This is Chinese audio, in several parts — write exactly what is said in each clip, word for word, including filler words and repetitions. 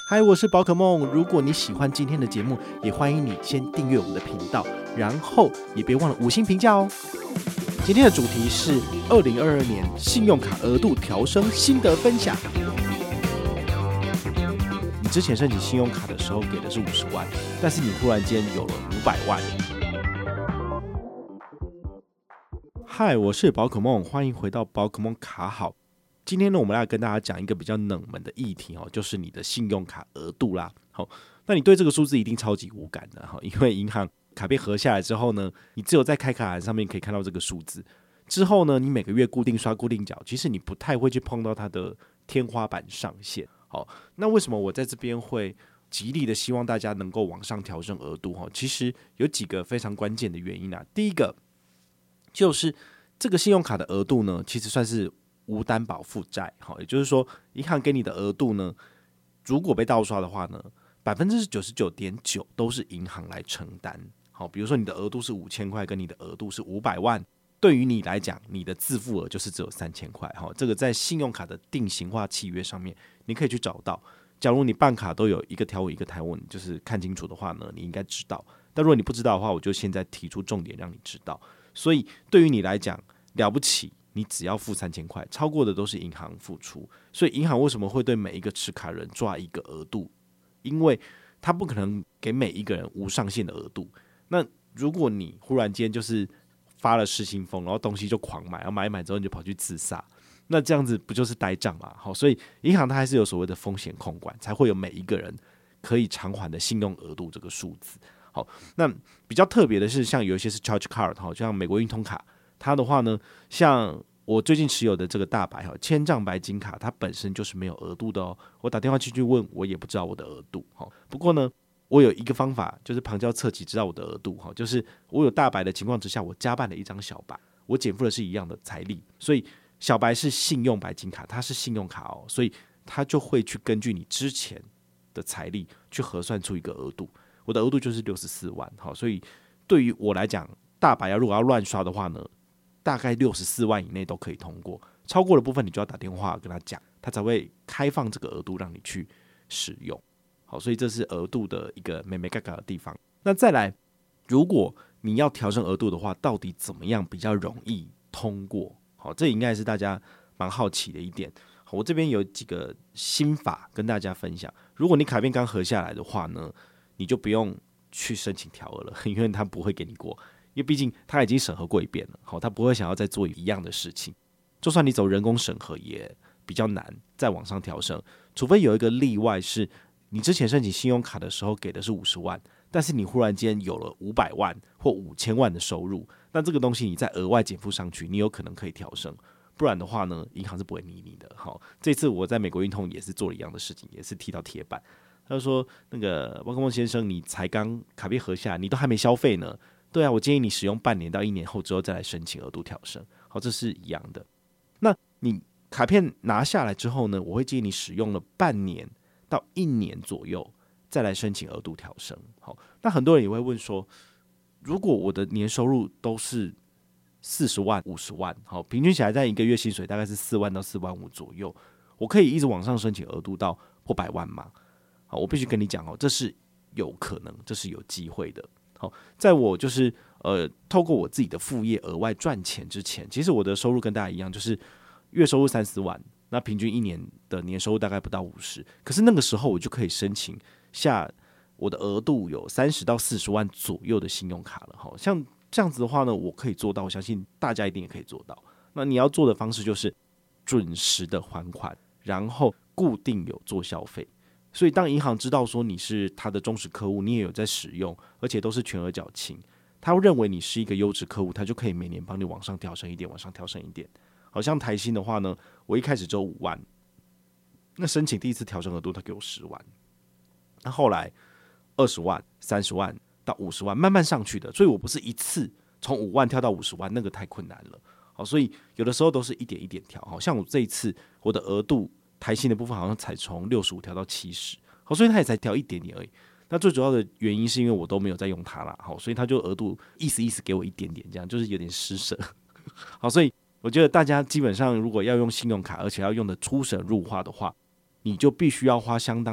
嗨，我是宝可梦。如果你喜欢今天的节目，也欢迎你先订阅我们的频道，然后也别忘了五星评价哦。今天的主题是二零二二年信用卡额度调升心得分享。你之前申请信用卡的时候给的是五十万，但是你忽然间有了五百万。嗨，我是宝可梦，欢迎回到宝可梦卡好。今天呢，我们来跟大家讲一个比较冷门的议题哦，就是你的信用卡额度啦。好，那你对这个数字一定超级无感的哈，因为银行卡被核下来之后呢，你只有在开卡栏上面可以看到这个数字。之后呢，你每个月固定刷固定缴，其实你不太会去碰到它的天花板上限。好，那为什么我在这边会极力的希望大家能够往上调升额度？哈，其实有几个非常关键的原因啊。第一个就是这个信用卡的额度呢，其实算是无担保负债，也就是说，银行给你的额度呢，如果被盗刷的话呢，百分之九十九点九都是银行来承担。好，比如说你的额度是五千块，跟你的额度是五百万，对于你来讲，你的自付额就是只有三千块。哈，这个在信用卡的定型化契约上面，你可以去找到。假如你办卡都有一个条文一个条文，就是看清楚的话呢，你应该知道。但如果你不知道的话，我就现在提出重点让你知道。所以对于你来讲，了不起。你只要付三千块，超过的都是银行付出。所以银行为什么会对每一个持卡人抓一个额度？因为他不可能给每一个人无上限的额度。那如果你忽然间就是发了失心疯，然后东西就狂买，然后买一买之后你就跑去自杀，那这样子不就是呆账嘛？好，所以银行它还是有所谓的风险控管，才会有每一个人可以偿还的信用额度这个数字。好，那比较特别的是，像有一些是 charge card， 好，像美国运通卡。它的话呢，像我最近持有的这个大白哈千丈白金卡，它本身就是没有额度的哦。我打电话去去问，我也不知道我的额度哈。不过呢，我有一个方法，就是旁敲侧击知道我的额度哈，就是我有大白的情况之下，我加办了一张小白，我减负的是一样的财力，所以小白是信用白金卡，它是信用卡哦，所以它就会去根据你之前的财力去核算出一个额度。我的额度就是六十四万，好，所以对于我来讲，大白要如果要乱刷的话呢，大概六十四万以内都可以通过，超过的部分你就要打电话跟他讲，他才会开放这个额度让你去使用。好，所以这是额度的一个眉眉角角的地方。那再来，如果你要调整额度的话，到底怎么样比较容易通过？好，这应该是大家蛮好奇的一点。好，我这边有几个心法跟大家分享。如果你卡片刚核下来的话呢，你就不用去申请调额了，因为他不会给你过。因为毕竟他已经审核过一遍了，好，他不会想要再做一样的事情。就算你走人工审核，也比较难再往上调升，除非有一个例外是，你之前申请信用卡的时候给的是五十万，但是你忽然间有了五百万或五千万的收入，那这个东西你再额外减负上去，你有可能可以调升。不然的话呢，银行是不会理你的。好，这次我在美国运通也是做了一样的事情，也是踢到铁板。他就说：“那个汪公梦先生，你才刚卡片核下，你都还没消费呢。”对啊，我建议你使用半年到一年后之后再来申请额度调升。好，这是一样的。那你卡片拿下来之后呢，我会建议你使用了半年到一年左右再来申请额度调升。好，那很多人也会问说，如果我的年收入都是四十万、五十万，好，平均起来在一个月薪水大概是四万到四万五左右，我可以一直往上申请额度到破百万吗？好，我必须跟你讲哦，这是有可能，这是有机会的。好，在我就是呃透过我自己的副业额外赚钱之前，其实我的收入跟大家一样，就是月收入三十万，那平均一年的年收入大概不到五十。可是那个时候我就可以申请下我的额度有三十到四十万左右的信用卡了。好，像这样子的话呢，我可以做到，我相信大家一定也可以做到。那你要做的方式就是准时的还款，然后固定有做消费。所以当银行知道说你是他的忠实客户，你也有在使用，而且都是全额缴清，他认为你是一个优质客户，他就可以每年帮你往上调升一点，往上调升一点。好像台新的话呢，我一开始只有五万，那申请第一次调升额度他给我十万，那后来二十万、三十万到五十万慢慢上去的，所以我不是一次从五万跳到五十万，那个太困难了。好，所以有的时候都是一点一点调。好像我这一次我的额度台新的部分好像才从六十五调到七十，好，所以他也才调一点点而已。那最主要的原因是因为我都没有在用它啦，好，所以他就额度意思意思给我一点点，这样就是有点施舍。好，所以我觉得大家基本上如果要用信用卡，而且要用的出神入化的话，你就必须要花相当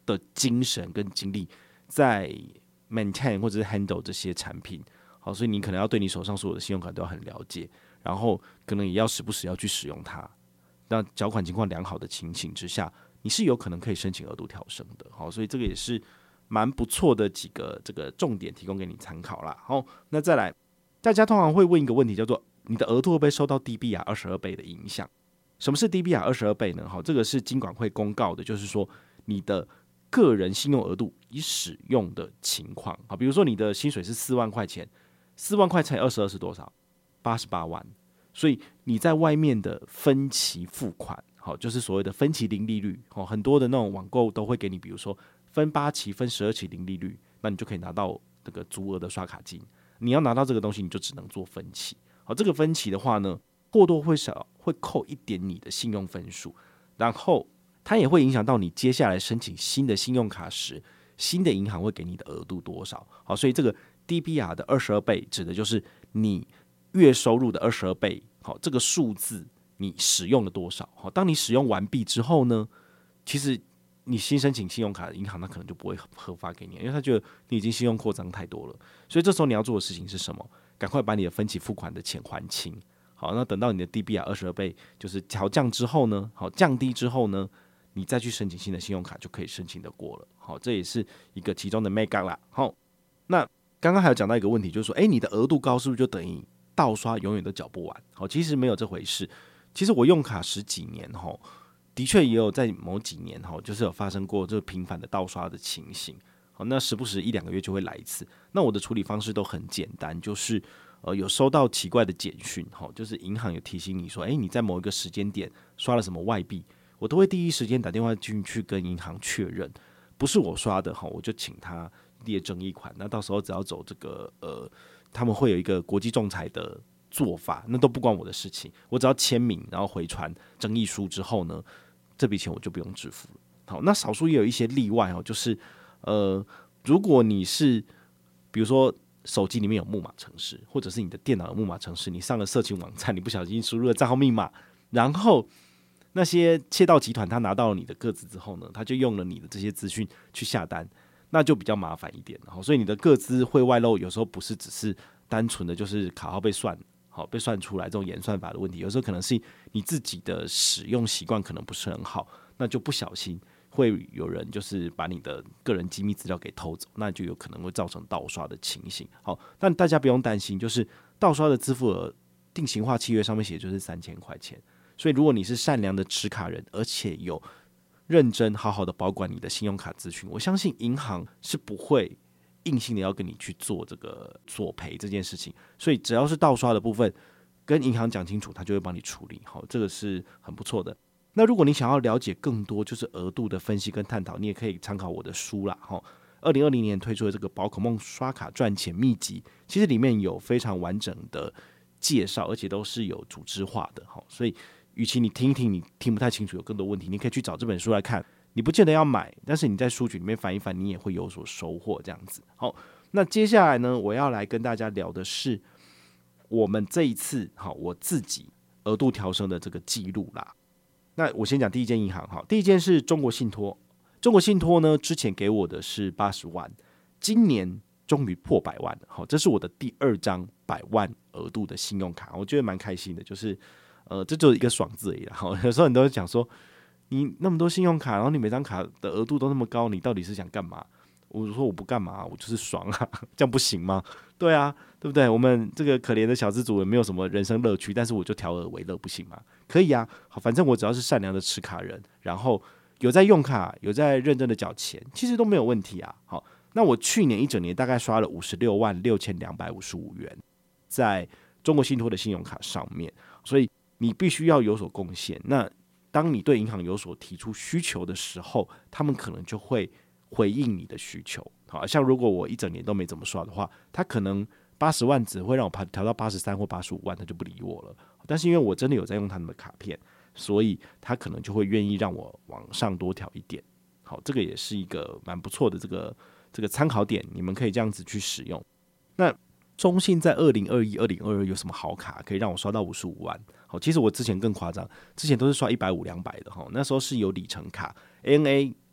的精神跟精力在 maintain 或者是 handle 这些产品。好，所以你可能要对你手上所有的信用卡都要很了解，然后可能也要时不时要去使用它。那缴款情况良好的情形之下，你是有可能可以申请额度调升的。好，所以这个也是蛮不错的几个这个重点提供给你参考啦。好，那再来，大家通常会问一个问题，叫做你的额度会不会受到 D B R 二十二倍的影响？什么是 D B R 二十二倍呢？好，这个是金管会公告的，就是说你的个人信用额度已使用的情况。好，比如说你的薪水是四万块钱，四万块乘以二十二是多少？八十八万。所以你在外面的分期付款，好，就是所谓的分期零利率，好，很多的那种网购都会给你，比如说分八期、分十二期零利率，那你就可以拿到这个足额的刷卡金。你要拿到这个东西，你就只能做分期。好，这个分期的话呢，或多或少会扣一点你的信用分数，然后它也会影响到你接下来申请新的信用卡时，新的银行会给你的额度多少。好，所以这个 D B R 的二十二倍指的就是你月收入的二十二倍，好，这个数字你使用了多少？好，当你使用完毕之后呢，其实你新申请信用卡的银行，它可能就不会核发给你，因为他觉得你已经信用扩张太多了。所以这时候你要做的事情是什么？赶快把你的分期付款的钱还清。好，那等到你的 D B R 二十二倍就是调降之后呢，好，降低之后呢，你再去申请新的信用卡就可以申请得过了。好，这也是一个其中的 make up 啦。好，那刚刚还有讲到一个问题，就是说，哎，你的额度高是不是就等于盗刷永远都缴不完？好，其实没有这回事。其实我用卡十几年，哈，的确也有在某几年，哈，就是有发生过这个频繁的盗刷的情形。好，那时不时一两个月就会来一次。那我的处理方式都很简单，就是呃有收到奇怪的简讯，哈，就是银行有提醒你说，哎，你在某一个时间点刷了什么外币，我都会第一时间打电话进去跟银行确认，不是我刷的，哈，我就请他列争议款。那到时候只要走这个呃，他们会有一个国际仲裁的做法，那都不关我的事情，我只要签名，然后回传争议书之后呢，这笔钱我就不用支付了。好，那少数也有一些例外哦，就是呃，如果你是比如说手机里面有木马程式，或者是你的电脑有木马程式，你上了色情网站，你不小心输入了账号密码，然后那些窃盗集团他拿到了你的个资之后呢，他就用了你的这些资讯去下单，那就比较麻烦一点。好，所以你的个资会外漏，有时候不是只是单纯的就是卡号被算，好被算出来这种演算法的问题，有时候可能是你自己的使用习惯可能不是很好，那就不小心会有人就是把你的个人机密资料给偷走，那就有可能会造成盗刷的情形。好，但大家不用担心，就是盗刷的支付额定型化契约上面写就是三千块钱，所以如果你是善良的持卡人，而且有认真好好的保管你的信用卡资讯，我相信银行是不会硬性的要跟你去做这个索赔这件事情。所以只要是盗刷的部分，跟银行讲清楚，他就会帮你处理。好，这个是很不错的。那如果你想要了解更多就是额度的分析跟探讨，你也可以参考我的书啦。二零二零年推出的这个宝可梦刷卡赚钱秘籍，其实里面有非常完整的介绍，而且都是有组织化的。所以与其你听一听你听不太清楚有更多问题，你可以去找这本书来看，你不见得要买，但是你在书局里面翻一翻，你也会有所收获这样子。好，那接下来呢，我要来跟大家聊的是我们这一次好我自己额度调升的这个记录啦。那我先讲第一间银行，好，第一间是中国信托。中国信托呢，之前给我的是八十万，今年终于破百万了。好，这是我的第二张百万额度的信用卡，我觉得蛮开心的，就是呃，这就是一个爽字而已啦。好，有时候你都会讲说，你那么多信用卡，然后你每张卡的额度都那么高，你到底是想干嘛？我说我不干嘛，我就是爽啊，这样不行吗？对啊，对不对？我们这个可怜的小资主也没有什么人生乐趣，但是我就调额为乐，不行吗？可以啊，好，反正我只要是善良的持卡人，然后有在用卡，有在认真的缴钱，其实都没有问题啊。好，那我去年一整年大概刷了五十六万六千两百五十五元，在中国信托的信用卡上面，所以你必须要有所贡献。那当你对银行有所提出需求的时候，他们可能就会回应你的需求。好像如果我一整年都没怎么刷的话，他可能八十万只会让我调到八十三或八十五万，他就不理我了。但是因为我真的有在用他们的卡片，所以他可能就会愿意让我往上多调一点。好，这个也是一个蛮不错的这个这个参考点，你们可以这样子去使用。那中信在二零二一、二零二二有什么好卡可以让我刷到五十五万？好，其实我之前更夸张，之前都是刷一百五、两百的哈。那时候是有里程卡 ，A N A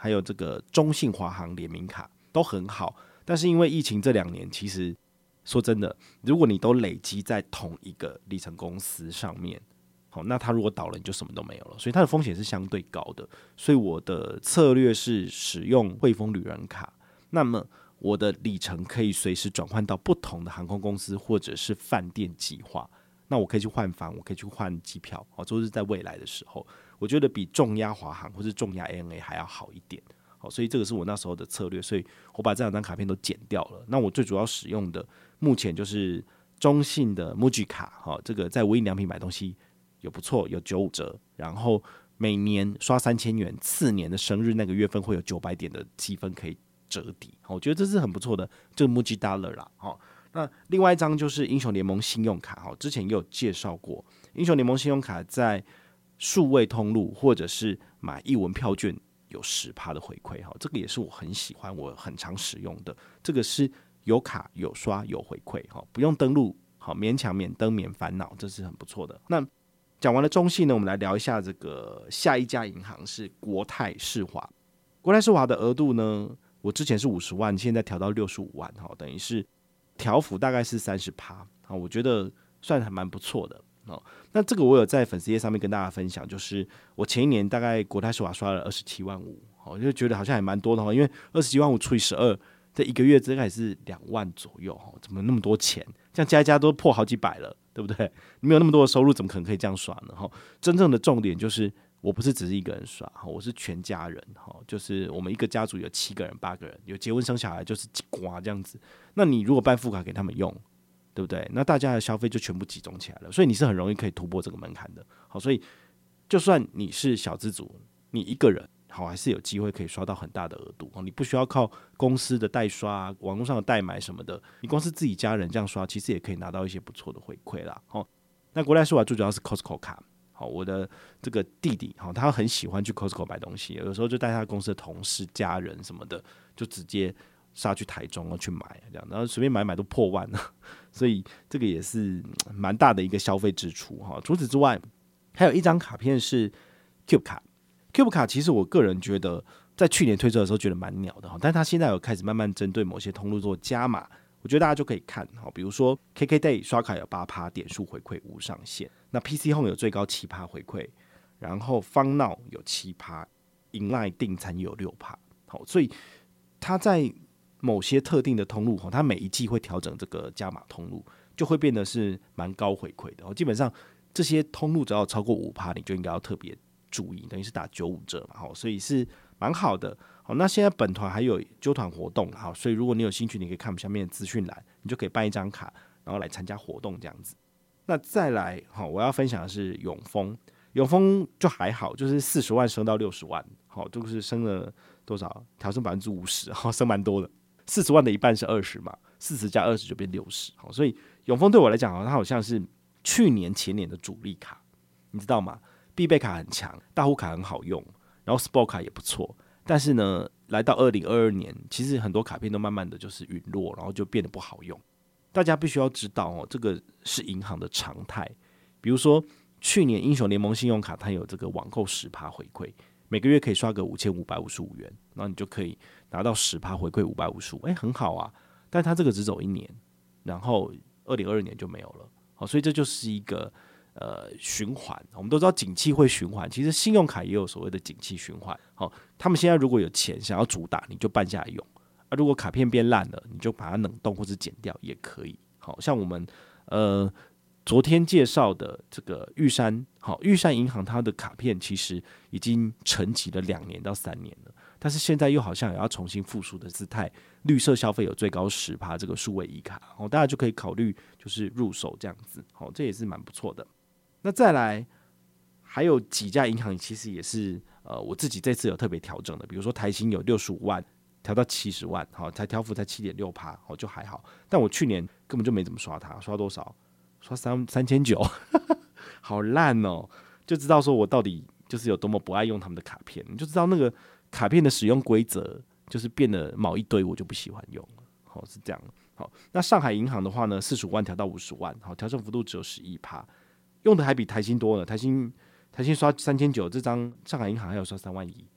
还有这个中信华航联名卡都很好，但是因为疫情这两年，其实说真的，如果你都累积在同一个里程公司上面，好，那它如果倒了，你就什么都没有了，所以它的风险是相对高的。所以我的策略是使用汇丰旅人卡，那么我的里程可以随时转换到不同的航空公司或者是饭店计划。那我可以去换房，我可以去换机票，哦，都是在未来的时候，我觉得比重压华航或是重压 A N A 还要好一点。好，所以这个是我那时候的策略，所以我把这两张卡片都剪掉了。那我最主要使用的目前就是中信的 Muji 卡，好，这个在无印良品买东西有不错，有九五折，然后每年刷三千元，次年的生日那个月份会有九百点的积分可以折抵，我觉得这是很不错的，就是 Muji Dollar 啦。那另外一张就是英雄联盟信用卡，之前也有介绍过，英雄联盟信用卡在数位通路或者是买艺文票券有 百分之十 的回馈，这个也是我很喜欢，我很常使用的。这个是有卡有刷有回馈，不用登录，勉强免登免烦恼，这是很不错的。那讲完了中信呢，我们来聊一下这个下一家银行是国泰世华。国泰世华的额度呢，我之前是五十万，现在调到六十五万，等于是调幅大概是 百分之三十， 我觉得算还蛮不错的。那这个我有在粉丝页上面跟大家分享，就是我前一年大概国泰世华刷了二十七万五，我就觉得好像还蛮多的，因为二十七万五除以十二，这一个月大概是两万左右，怎么那么多钱？这样加一加都破好几百了，对不对？你没有那么多的收入，怎么可能可以这样刷呢？真正的重点就是我不是只是一个人刷，我是全家人，就是我们一个家族有七个人八个人，有结婚生小孩就是几瓜这样子。那你如果办副卡给他们用，对不对？那大家的消费就全部集中起来了，所以你是很容易可以突破这个门槛的。好，所以就算你是小资族，你一个人好还是有机会可以刷到很大的额度。你不需要靠公司的代刷、网络上的代买什么的，你光是自己家人这样刷，其实也可以拿到一些不错的回馈啦。好，那国泰世华最主要是 Costco 卡。好，我的这个弟弟，好，他很喜欢去 Costco 买东西，有时候就带他公司的同事、家人什么的，就直接杀去台中去买，这样，然后随便买买都破万了，所以这个也是蛮大的一个消费支出哈。除此之外，还有一张卡片是 Cube 卡 ，Cube 卡其实我个人觉得在去年推出的时候觉得蛮鸟的哈，但它现在有开始慢慢针对某些通路做加码，我觉得大家就可以看哈，比如说 K K Day 刷卡有 百分之八 点数回馈无上限，那 P C Home 有最高 百分之七 回馈，然后方闹有 百分之七 ，Inline 订餐也有 百分之六， 好，所以它在某些特定的通路，它每一季会调整这个加码通路，就会变得是蛮高回馈的。基本上这些通路只要超过 百分之五， 你就应该要特别注意，等于是打九五折嘛，所以是蛮好的。好，那现在本团还有揪团活动，好，所以如果你有兴趣，你可以看我们下面的资讯栏，你就可以办一张卡，然后来参加活动这样子。那再来，好，我要分享的是永丰，永丰就还好，就是四十万升到六十万，好，就是升了多少？调升百分之五十，好，升蛮多的。四十万的一半是二十嘛，四十加二十就变六十，好，所以永丰对我来讲，它好像是去年前年的主力卡，你知道吗？必备卡很强，大户卡很好用，然后 Sport 卡也不错，但是呢，来到二零二二年，其实很多卡片都慢慢的就是陨落，然后就变得不好用。大家必须要知道哦，这个是银行的常态。比如说去年英雄联盟信用卡，它有这个网购 百分之十 回馈。每个月可以刷个五千五百五十五元，然后你就可以拿到 百分之十 回馈五百五十五，哎，很好啊。但它这个只走一年，然后二零二二年就没有了。好，所以这就是一个呃循环。我们都知道景气会循环，其实信用卡也有所谓的景气循环。好，他们现在如果有钱想要主打，你就办下来用。啊，如果卡片变烂了，你就把它冷冻或者剪掉也可以。好像我们呃。昨天介绍的这个玉山，好，玉山银行它的卡片其实已经沉寂了两年到三年了，但是现在又好像也要重新复苏的姿态，绿色消费有最高 百分之十 这个数位一卡，哦，大家就可以考虑就是入手这样子，好，这也是蛮不错的。那再来还有几家银行其实也是呃我自己这次有特别调整的，比如说台新有六十五万调到七十万，好，才调幅才 七点六， 好，就还好，但我去年根本就没怎么刷它，刷多少？刷三三千九，好烂哦！就知道说我到底就是有多么不爱用他们的卡片，你就知道那个卡片的使用规则就是变得某一堆，我就不喜欢用了。好，是这样。好，那上海银行的话呢，四十五万调到五十万，好，调整幅度只有十一趴，用的还比台新多呢。台新台新刷三千九，这张上海银行还有刷三万一，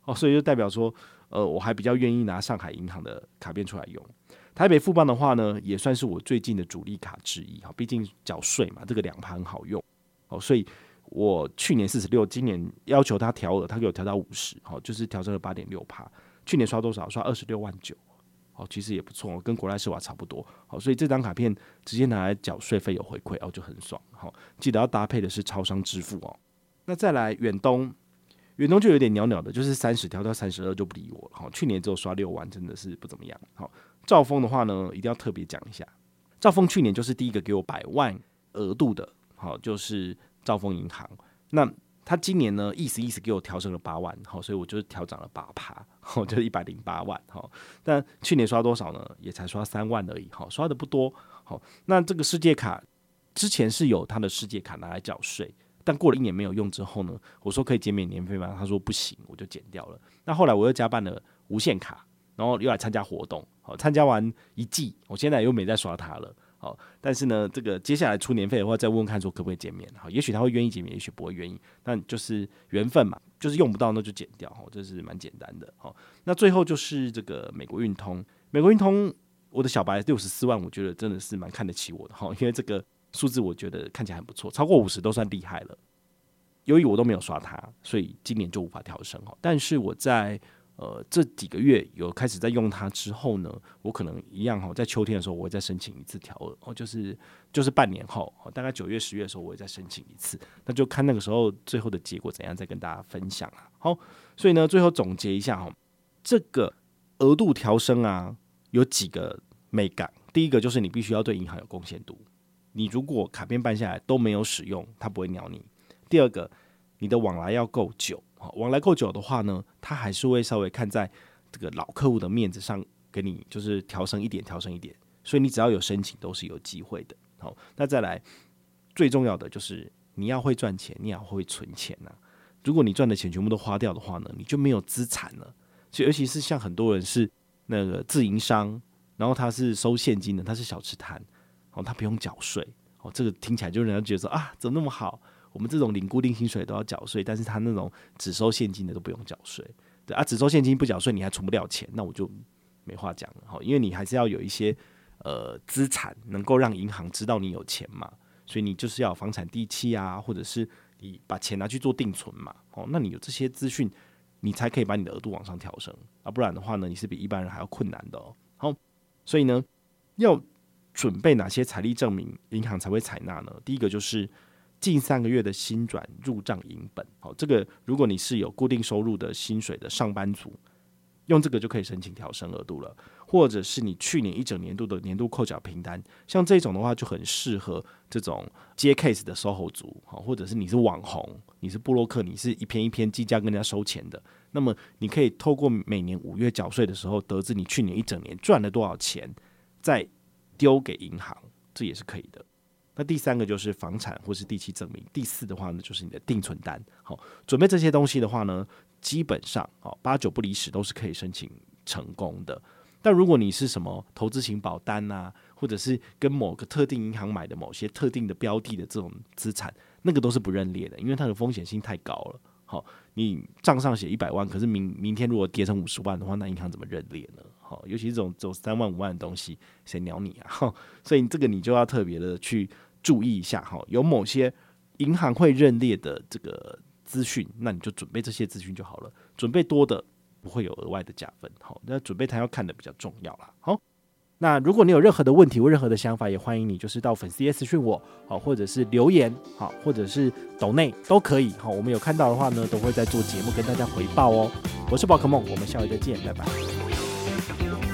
哦，所以就代表说，呃，我还比较愿意拿上海银行的卡片出来用。台北富邦的话呢，也算是我最近的主力卡之一，毕竟缴税嘛，这个两趴很好用，哦，所以我去年四十六，今年要求他调额，他给我调到五十，好，就是调整了八点六趴。去年刷多少？刷二十六万九。哦，其实也不错，跟国泰世华差不多。好，所以这张卡片直接拿来缴税费有回馈，哦，就很爽。好，记得要搭配的是超商支付哦。那再来远东，远东就有点鸟鸟的，就是三十调到三十二就不理我了。好，去年只有刷六万，真的是不怎么样。好，兆丰的话呢，一定要特别讲一下，兆丰去年就是第一个给我百万额度的，好，就是兆丰银行。那他今年呢，意思意思给我调整了八万，好，所以我就是调涨了八趴，好，就是一百零八万，好。但去年刷多少呢？也才刷三万而已，好，刷的不多，好。那这个世界卡之前是有他的世界卡拿来缴税，但过了一年没有用之后呢，我说可以减免年费吗？他说不行，我就减掉了。那后来我又加办了无限卡，然后又来参加活动，好，参加完一季，我现在又没再刷它了。好，但是呢，这个接下来出年费的话，再问问看说可不可以减免。好，也许他会愿意减免，也许不会愿意，但就是缘分嘛，就是用不到那就减掉，这是蛮简单的。好，那最后就是这个美国运通，美国运通我的小白六十四万，我觉得真的是蛮看得起我的，因为这个数字我觉得看起来很不错，超过五十都算厉害了。由于我都没有刷它，所以今年就无法调升。但是我在呃，这几个月有开始在用它之后呢，我可能一样哈，在秋天的时候我会再申请一次调额，哦，就是就是半年后，大概九月、十月的时候我会再申请一次，那就看那个时候最后的结果怎样，再跟大家分享啊。好，所以呢，最后总结一下哈，这个额度调升啊，有几个美感。第一个就是你必须要对银行有贡献度，你如果卡片办下来都没有使用，它不会鸟你。第二个，你的往来要够久。往来够久的话呢，他还是会稍微看在这个老客户的面子上，给你就是调升一点，调升一点。所以你只要有申请，都是有机会的。好，那再来最重要的就是你要会赚钱，你也要会存钱呐、啊。如果你赚的钱全部都花掉的话呢，你就没有资产了。所以尤其是像很多人是那个自营商，然后他是收现金的，他是小吃摊，哦，他不用缴税。哦，这个听起来就让人家觉得说啊，怎么那么好？我们这种领固定薪水都要缴税，但是他那种只收现金的都不用缴税，对啊，只收现金不缴税，你还存不了钱，那我就没话讲了，因为你还是要有一些呃资产，能够让银行知道你有钱嘛，所以你就是要有房产地契啊，或者是你把钱拿去做定存嘛，哦，那你有这些资讯，你才可以把你的额度往上调升啊，不然的话呢，你是比一般人还要困难的哦。好，所以呢，要准备哪些财力证明，银行才会采纳呢？第一个就是近三个月的薪转入账银本，好，这个如果你是有固定收入的薪水的上班族，用这个就可以申请调升额度了。或者是你去年一整年度的年度扣缴凭单，像这种的话就很适合这种接 case 的 S O H O 族，或者是你是网红，你是部落客，你是一篇一篇计价跟人家收钱的，那么你可以透过每年五月缴税的时候，得知你去年一整年赚了多少钱，再丢给银行，这也是可以的。那第三个就是房产或是地契证明，第四的话呢就是你的定存单。好，准备这些东西的话呢，基本上好八九不离十都是可以申请成功的。但如果你是什么投资型保单啊，或者是跟某个特定银行买的某些特定的标的的这种资产，那个都是不认列的，因为它的风险性太高了。好，你账上写一百万，可是明明天如果跌成五十万的话，那银行怎么认列呢？好，尤其是这种走三万五万的东西，谁鸟你啊？好，所以这个你就要特别的去注意一下。好，有某些银行会认列的这个资讯，那你就准备这些资讯就好了。准备多的不会有额外的加分。好，那准备它要看的比较重要啦。好。那如果你有任何的问题或任何的想法，也欢迎你就是到粉丝页私讯我，好，或者是留言，好，或者是抖内都可以，好，我们有看到的话呢，都会在做节目跟大家回报哦。我是宝可梦，我们下回再见，拜拜。